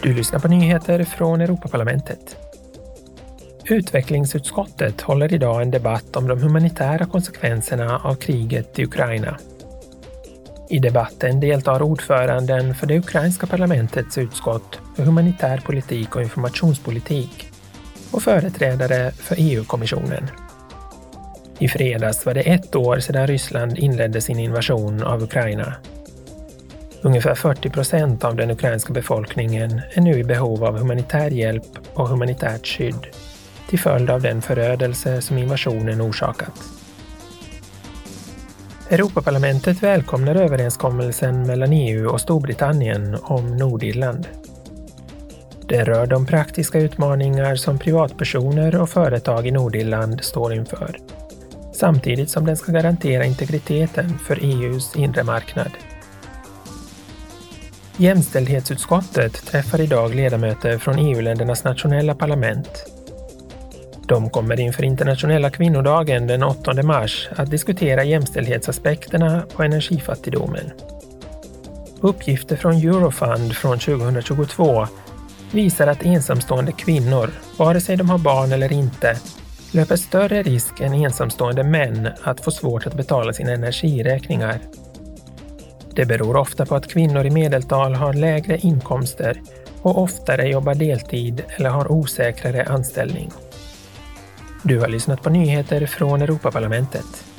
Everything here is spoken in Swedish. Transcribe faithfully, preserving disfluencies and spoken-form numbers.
Du lyssnar på nyheter från Europaparlamentet. Utvecklingsutskottet håller idag en debatt om de humanitära konsekvenserna av kriget i Ukraina. I debatten deltar ordföranden för det ukrainska parlamentets utskott för humanitär politik och informationspolitik och företrädare för E U-kommissionen. I fredags var det ett år sedan Ryssland inledde sin invasion av Ukraina. Ungefär fyrtio procent av den ukrainska befolkningen är nu i behov av humanitär hjälp och humanitärt skydd till följd av den förödelse som invasionen orsakat. Europaparlamentet välkomnar överenskommelsen mellan E U och Storbritannien om Nordirland. Det rör de praktiska utmaningar som privatpersoner och företag i Nordirland står inför, samtidigt som den ska garantera integriteten för E U:s inre marknad. Jämställdhetsutskottet träffar idag ledamöter från E U-ländernas nationella parlament. De kommer inför internationella kvinnodagen den åttonde mars att diskutera jämställdhetsaspekterna på energifattigdomen. Uppgifter från Eurofund från tjugohundratjugotvå visar att ensamstående kvinnor, vare sig de har barn eller inte, löper större risk än ensamstående män att få svårt att betala sina energiräkningar. Det beror ofta på att kvinnor i medeltal har lägre inkomster och oftare jobbar deltid eller har osäkrare anställning. Du har lyssnat på nyheter från Europaparlamentet.